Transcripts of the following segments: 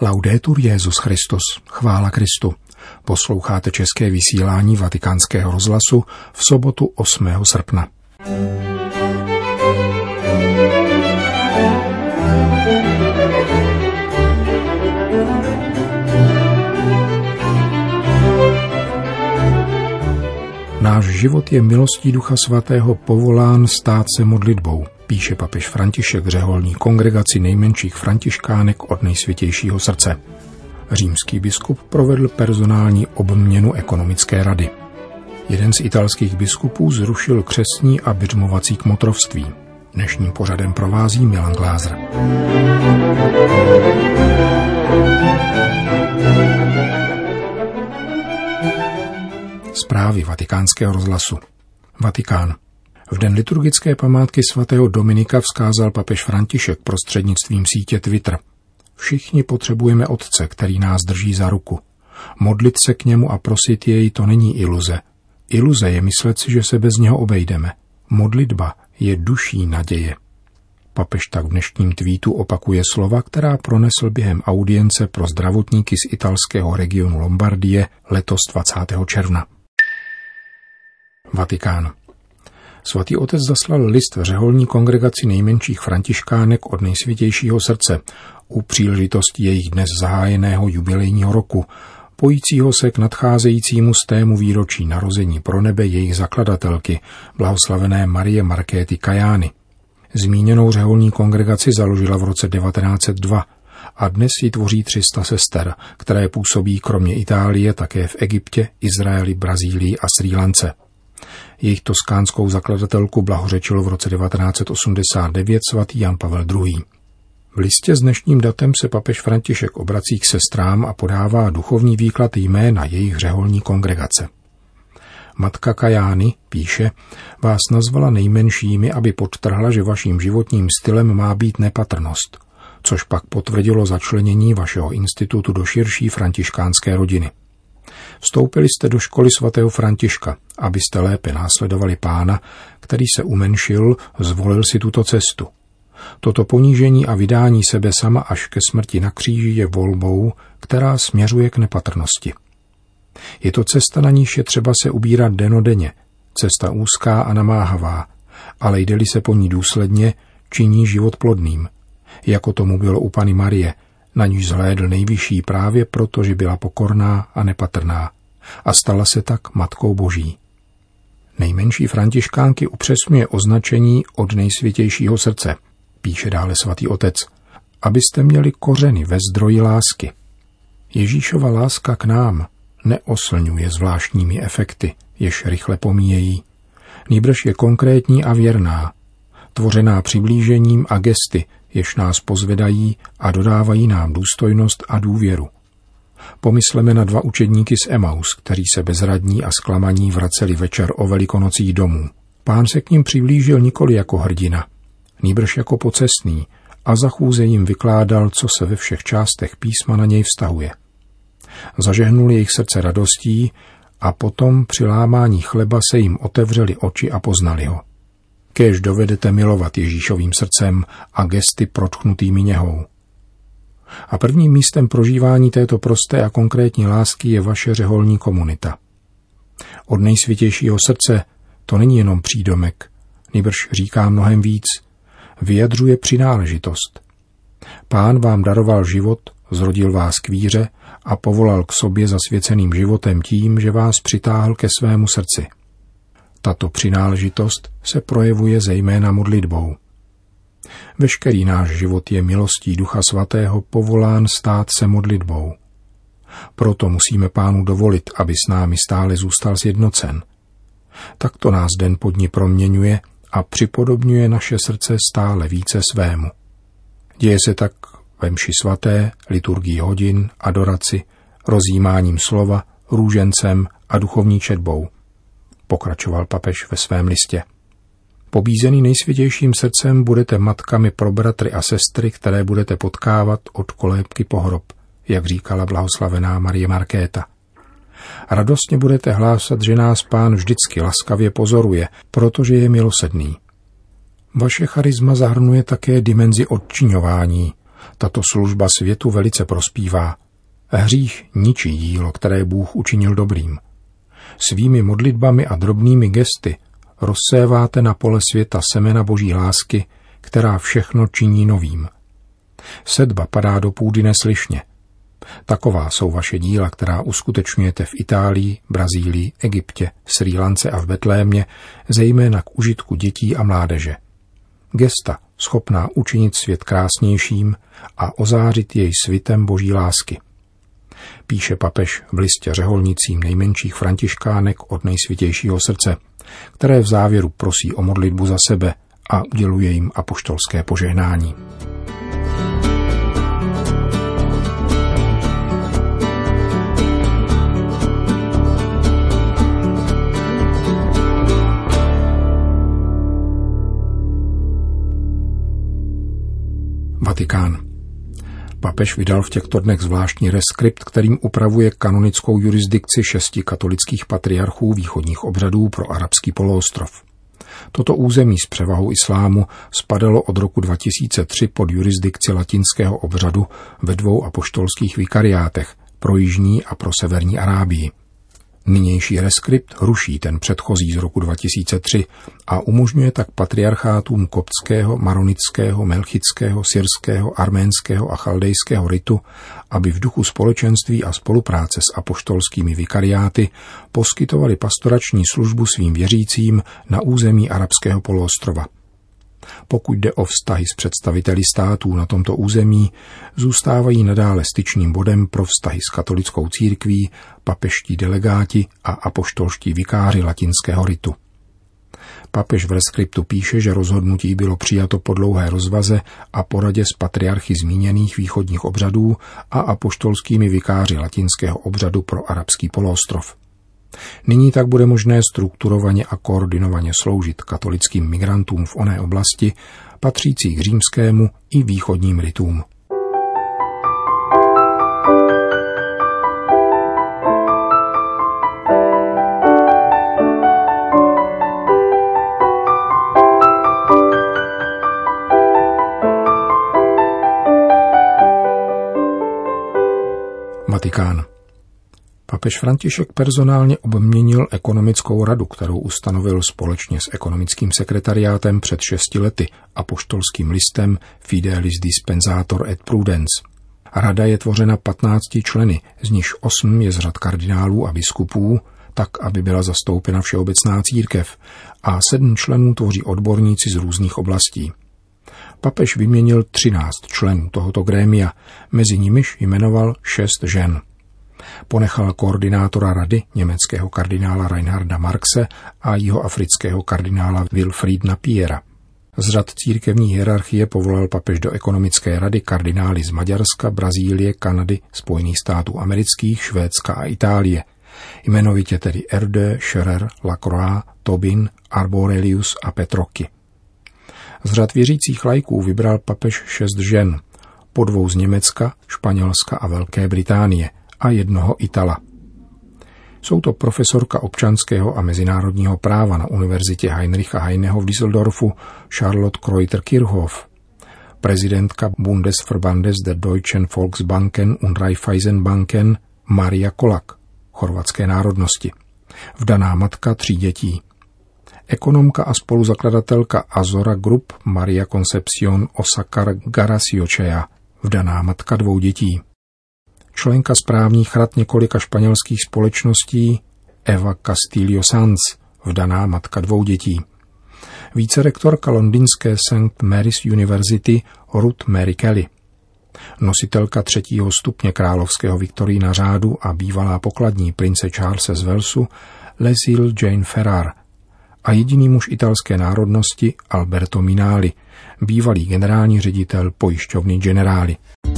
Laudetur Jesus Christus, chvála Kristu. Posloucháte české vysílání Vatikánského rozhlasu v sobotu 8. srpna. Náš život je milostí Ducha Svatého povolán stát se modlitbou, píše papež František řeholní kongregaci nejmenších františkánek od Nejsvětějšího srdce. Římský biskup provedl personální obměnu ekonomické rady. Jeden z italských biskupů zrušil křestní a biřmovací kmotrovství. Dnešním pořadem provází Milan Glázer. Zprávy Vatikánského rozhlasu. Vatikán. V den liturgické památky svatého Dominika vzkázal papež František prostřednictvím sítě Twitter. Všichni potřebujeme Otce, který nás drží za ruku. Modlit se k němu a prosit jej, to není iluze. Iluze je myslet si, že se bez něho obejdeme. Modlitba je duší naděje. Papež tak v dnešním tweetu opakuje slova, která pronesl během audience pro zdravotníky z italského regionu Lombardie letos 20. června. Vatikán. Svatý otec zaslal list řeholní kongregaci nejmenších františkánek od Nejsvětějšího srdce u příležitosti jejich dnes zahájeného jubilejního roku, pojícího se k nadcházejícímu 100. výročí narození pro nebe jejich zakladatelky, blahoslavené Marie Markéty Kajány. Zmíněnou řeholní kongregaci založila v roce 1902 a dnes ji tvoří 300 sester, které působí kromě Itálie také v Egyptě, Izraeli, Brazílii a Srí Lance. Jejich toskánskou zakladatelku blahořečil v roce 1989 svatý Jan Pavel II. V listě s dnešním datem se papež František obrací k sestrám a podává duchovní výklad jména jejich řeholní kongregace. Matka Kajány, píše, vás nazvala nejmenšími, aby podtrhla, že vaším životním stylem má být nepatrnost, což pak potvrdilo začlenění vašeho institutu do širší františkánské rodiny. Vstoupili jste do školy svatého Františka, abyste lépe následovali Pána, který se umenšil, zvolil si tuto cestu. Toto ponížení a vydání sebe sama až ke smrti na kříži je volbou, která směřuje k nepatrnosti. Je to cesta, na níž je třeba se ubírat dennodenně, cesta úzká a namáhavá, ale jde-li se po ní důsledně, činí život plodným, jako tomu bylo u Panny Marie, na níž zhlédl nejvyšší právě proto, že byla pokorná a nepatrná a stala se tak Matkou Boží. Nejmenší františkánky upřesňuje označení od Nejsvětějšího srdce, píše dále svatý otec, abyste měli kořeny ve zdroji lásky. Ježíšova láska k nám neoslňuje zvláštními efekty, jež rychle pomíjejí, nýbrž je konkrétní a věrná, tvořená přiblížením a gesty, jež nás pozvedají a dodávají nám důstojnost a důvěru. Pomysleme na 2 učedníky z Emaus, kteří se bezradní a zklamaní vraceli večer o Velikonocích domů. Pán se k nim přiblížil nikoli jako hrdina, nýbrž jako pocestný a za chůze jim vykládal, co se ve všech částech písma na něj vztahuje. Zažehnul jejich srdce radostí a potom při lámání chleba se jim otevřely oči a poznali ho. Kéž dovedete milovat Ježíšovým srdcem a gesty protchnutými něhou. A prvním místem prožívání této prosté a konkrétní lásky je vaše řeholní komunita. Od Nejsvětějšího srdce to není jenom přídomek, nýbrž říká mnohem víc, vyjadřuje přináležitost. Pán vám daroval život, zrodil vás k víře a povolal k sobě zasvěceným životem tím, že vás přitáhl ke svému srdci. Tato přináležitost se projevuje zejména modlitbou. Veškerý náš život je milostí Ducha Svatého povolán stát se modlitbou. Proto musíme Pánu dovolit, aby s námi stále zůstal sjednocen. Takto nás den po dni proměňuje a připodobňuje naše srdce stále více svému. Děje se tak ve mši svaté, liturgii hodin, adoraci, rozjímáním slova, růžencem a duchovní četbou, pokračoval papež ve svém listě. Pobízený Nejsvětějším srdcem budete matkami pro bratry a sestry, které budete potkávat od kolébky po hrob, jak říkala blahoslavená Marie Markéta. Radostně budete hlásat, že nás Pán vždycky laskavě pozoruje, protože je milosrdný. Vaše charisma zahrnuje také dimenzi odčiňování, Tato služba světu velice prospívá. Hřích ničí dílo, které Bůh učinil dobrým. Svými modlitbami a drobnými gesty rozséváte na pole světa semena Boží lásky, která všechno činí novým. Sedba padá do půdy neslyšně. Taková jsou vaše díla, která uskutečňujete v Itálii, Brazílii, Egyptě, Srí Lance a v Betlémě, zejména k užitku dětí a mládeže. Gesta schopná učinit svět krásnějším a ozářit jej svitem Boží lásky. Píše papež v listě řeholnicím nejmenších františkánek od Nejsvětějšího srdce, které v závěru prosí o modlitbu za sebe a uděluje jim apoštolské požehnání. Vatikán. Papež vydal v těchto dnech zvláštní reskript, kterým upravuje kanonickou jurisdikci 6 katolických patriarchů východních obřadů pro arabský poloostrov. Toto území s převahou islámu spadalo od roku 2003 pod jurisdikci latinského obřadu ve 2 apoštolských vikariátech pro jižní a pro severní Arábii. Nynější reskript ruší ten předchozí z roku 2003 a umožňuje tak patriarchátům koptského, maronitského, melchického, syrského, arménského a chaldejského ritu, aby v duchu společenství a spolupráce s apoštolskými vikariáty poskytovali pastorační službu svým věřícím na území arabského poloostrova. Pokud jde o vztahy s představiteli států na tomto území, zůstávají nadále styčným bodem pro vztahy s katolickou církví, papežští delegáti a apoštolští vikáři latinského ritu. Papež v reskriptu píše, že rozhodnutí bylo přijato po dlouhé rozvaze a poradě s patriarchy zmíněných východních obřadů a apoštolskými vikáři latinského obřadu pro arabský poloostrov. Nyní tak bude možné strukturovaně a koordinovaně sloužit katolickým migrantům v oné oblasti, patřící k římskému i východním ritům. Vatikán. Papež František personálně obměnil ekonomickou radu, kterou ustanovil společně s ekonomickým sekretariátem před 6 lety apoštolským listem Fidelis Dispensator et Prudens. Rada je tvořena 15 členy, z nichž 8 je z řad kardinálů a biskupů, tak, aby byla zastoupena všeobecná církev, a 7 členů tvoří odborníci z různých oblastí. Papež vyměnil 13 členů tohoto grémia, mezi nimiž jmenoval 6 žen. Ponechal koordinátora rady, německého kardinála Reinharda Marxe a jihoafrického kardinála Wilfrieda Piera. Z řad církevní hierarchie povolal papež do ekonomické rady kardinály z Maďarska, Brazílie, Kanady, Spojených států amerických, Švédska a Itálie. Jmenovitě tedy Erde, Scherer, Lacroix, Tobin, Arborelius a Petrocchi. Z řad věřících laiků vybral papež 6 žen, po 2 z Německa, Španělska a Velké Británie a 1 Itala. Jsou to profesorka občanského a mezinárodního práva na univerzitě Heinricha Heineho v Düsseldorfu Charlotte Kreuter-Kirchhoff, prezidentka Bundesverbandes der Deutschen Volksbanken und Raiffeisenbanken Maria Kolak, chorvatské národnosti, vdaná matka 3 dětí. Ekonomka a spoluzakladatelka Azora Group Maria Concepción Osakar Garaciochea, vdaná matka 2 dětí. Členka správních rad několika španělských společností Eva Castillo Sanz, vdaná matka 2 dětí. Vícerektorka londýnské St. Mary's University Ruth Mary Kelly. Nositelka 3. stupně královského Viktorína řádu a bývalá pokladní prince Charlese z Walesu Leslie Jane Ferrar a jediný muž italské národnosti Alberto Minali, bývalý generální ředitel pojišťovny Generali.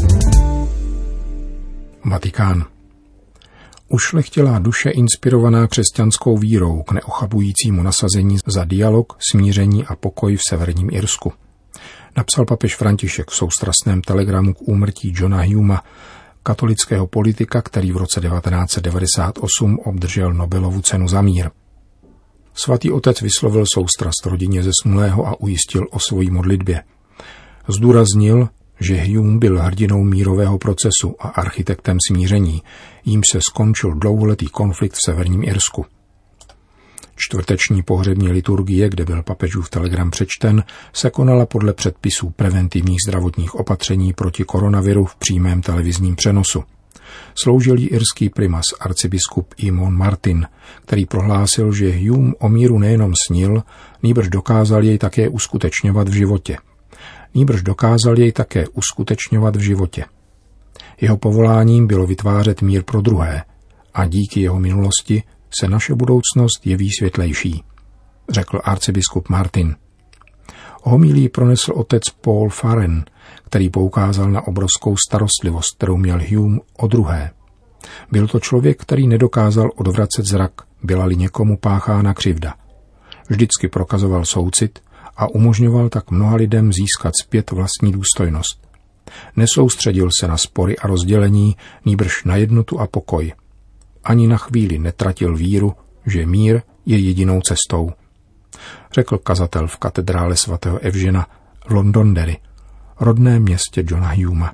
Vatikán. Ušlechtilá duše inspirovaná křesťanskou vírou k neochabujícímu nasazení za dialog, smíření a pokoj v severním Irsku. Napsal papež František v soustrastném telegramu k úmrtí Johna Humea, katolického politika, který v roce 1998 obdržel Nobelovu cenu za mír. Svatý otec vyslovil soustrast rodině zesnulého a ujistil o svojí modlitbě. Zdůraznil, že Hume byl hrdinou mírového procesu a architektem smíření, jímž se skončil dlouholetý konflikt v Severním Irsku. Čtvrteční pohřební liturgie, kde byl papežův telegram přečten, se konala podle předpisů preventivních zdravotních opatření proti koronaviru v přímém televizním přenosu. Sloužil jí irský primas arcibiskup Eamon Martin, který prohlásil, že Hume o míru nejenom snil, nýbrž dokázal jej také uskutečňovat v životě. Jeho povoláním bylo vytvářet mír pro druhé a díky jeho minulosti se naše budoucnost jeví světlejší, řekl arcibiskup Martin. Homilii pronesl otec Paul Farren, který poukázal na obrovskou starostlivost, kterou měl Hume o druhé. Byl to člověk, který nedokázal odvracet zrak, byla-li někomu páchána křivda. Vždycky prokazoval soucit a umožňoval tak mnoha lidem získat zpět vlastní důstojnost. Nesoustředil se na spory a rozdělení, nýbrž na jednotu a pokoj. Ani na chvíli netratil víru, že mír je jedinou cestou, řekl kazatel v katedrále svatého Evžena v Londonderry, rodném městě Johna Humea.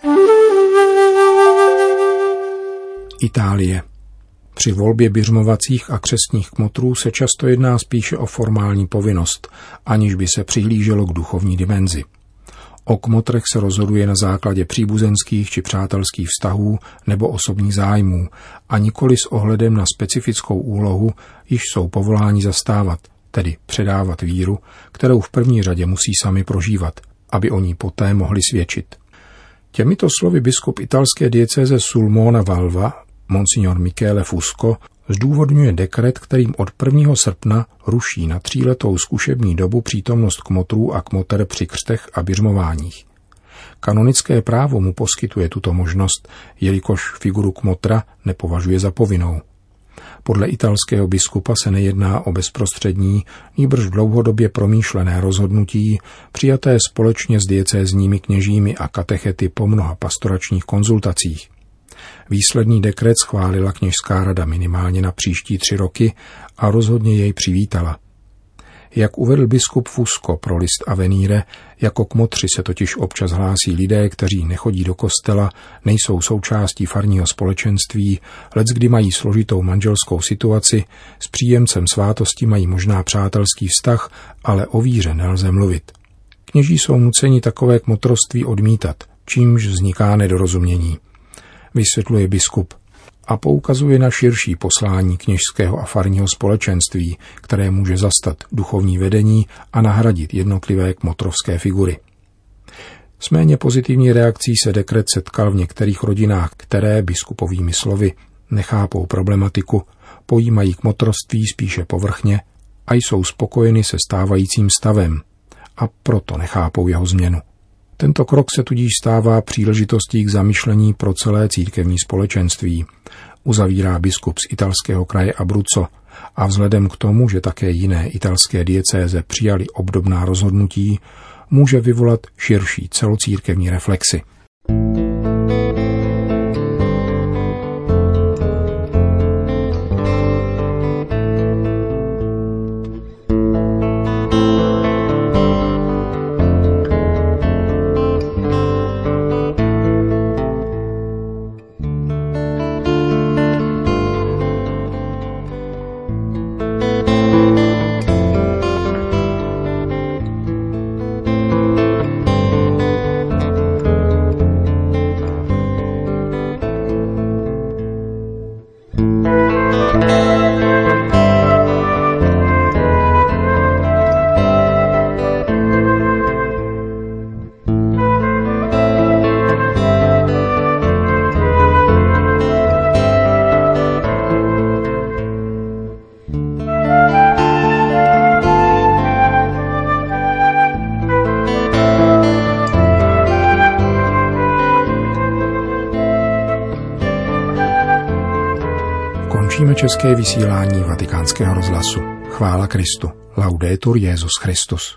Itálie. Při volbě biřmovacích a křestních kmotrů se často jedná spíše o formální povinnost, aniž by se přihlíželo k duchovní dimenzi. O kmotrech se rozhoduje na základě příbuzenských či přátelských vztahů nebo osobních zájmů a nikoli s ohledem na specifickou úlohu, již jsou povoláni zastávat, tedy předávat víru, kterou v první řadě musí sami prožívat, aby o ní poté mohli svědčit. Těmito slovy biskup italské diecéze Sulmona Valva, monsignor Michele Fusco, zdůvodňuje dekret, kterým od 1. srpna ruší na 3letou zkušební dobu přítomnost kmotrů a kmoter při křtech a biřmováních. Kanonické právo mu poskytuje tuto možnost, jelikož figuru kmotra nepovažuje za povinnou. Podle italského biskupa se nejedná o bezprostřední, nýbrž dlouhodobě promýšlené rozhodnutí, přijaté společně s diecézními kněžími a katechety po mnoha pastoračních konzultacích. Výsledný dekret schválila kněžská rada minimálně na příští 3 roky a rozhodně jej přivítala. Jak uvedl biskup Fusco pro list Avvenire, jako kmotři se totiž občas hlásí lidé, kteří nechodí do kostela, nejsou součástí farního společenství, leckdy mají složitou manželskou situaci, s příjemcem svátosti mají možná přátelský vztah, ale o víře nelze mluvit. Kněží jsou nuceni takové kmotroství odmítat, čímž vzniká nedorozumění, vysvětluje biskup a poukazuje na širší poslání kněžského a farního společenství, které může zastat duchovní vedení a nahradit jednotlivé kmotrovské figury. S méně pozitivní reakcí se dekret setkal v některých rodinách, které biskupovými slovy nechápou problematiku, pojímají kmotrovství spíše povrchně a jsou spokojeni se stávajícím stavem a proto nechápou jeho změnu. Tento krok se tudíž stává příležitostí k zamyšlení pro celé církevní společenství, uzavírá biskup z italského kraje Abruzzo a vzhledem k tomu, že také jiné italské diecéze přijali obdobná rozhodnutí, může vyvolat širší celocírkevní reflexy. Končíme české vysílání Vatikánského rozhlasu. Chvála Kristu. Laudetur Jesus Christus.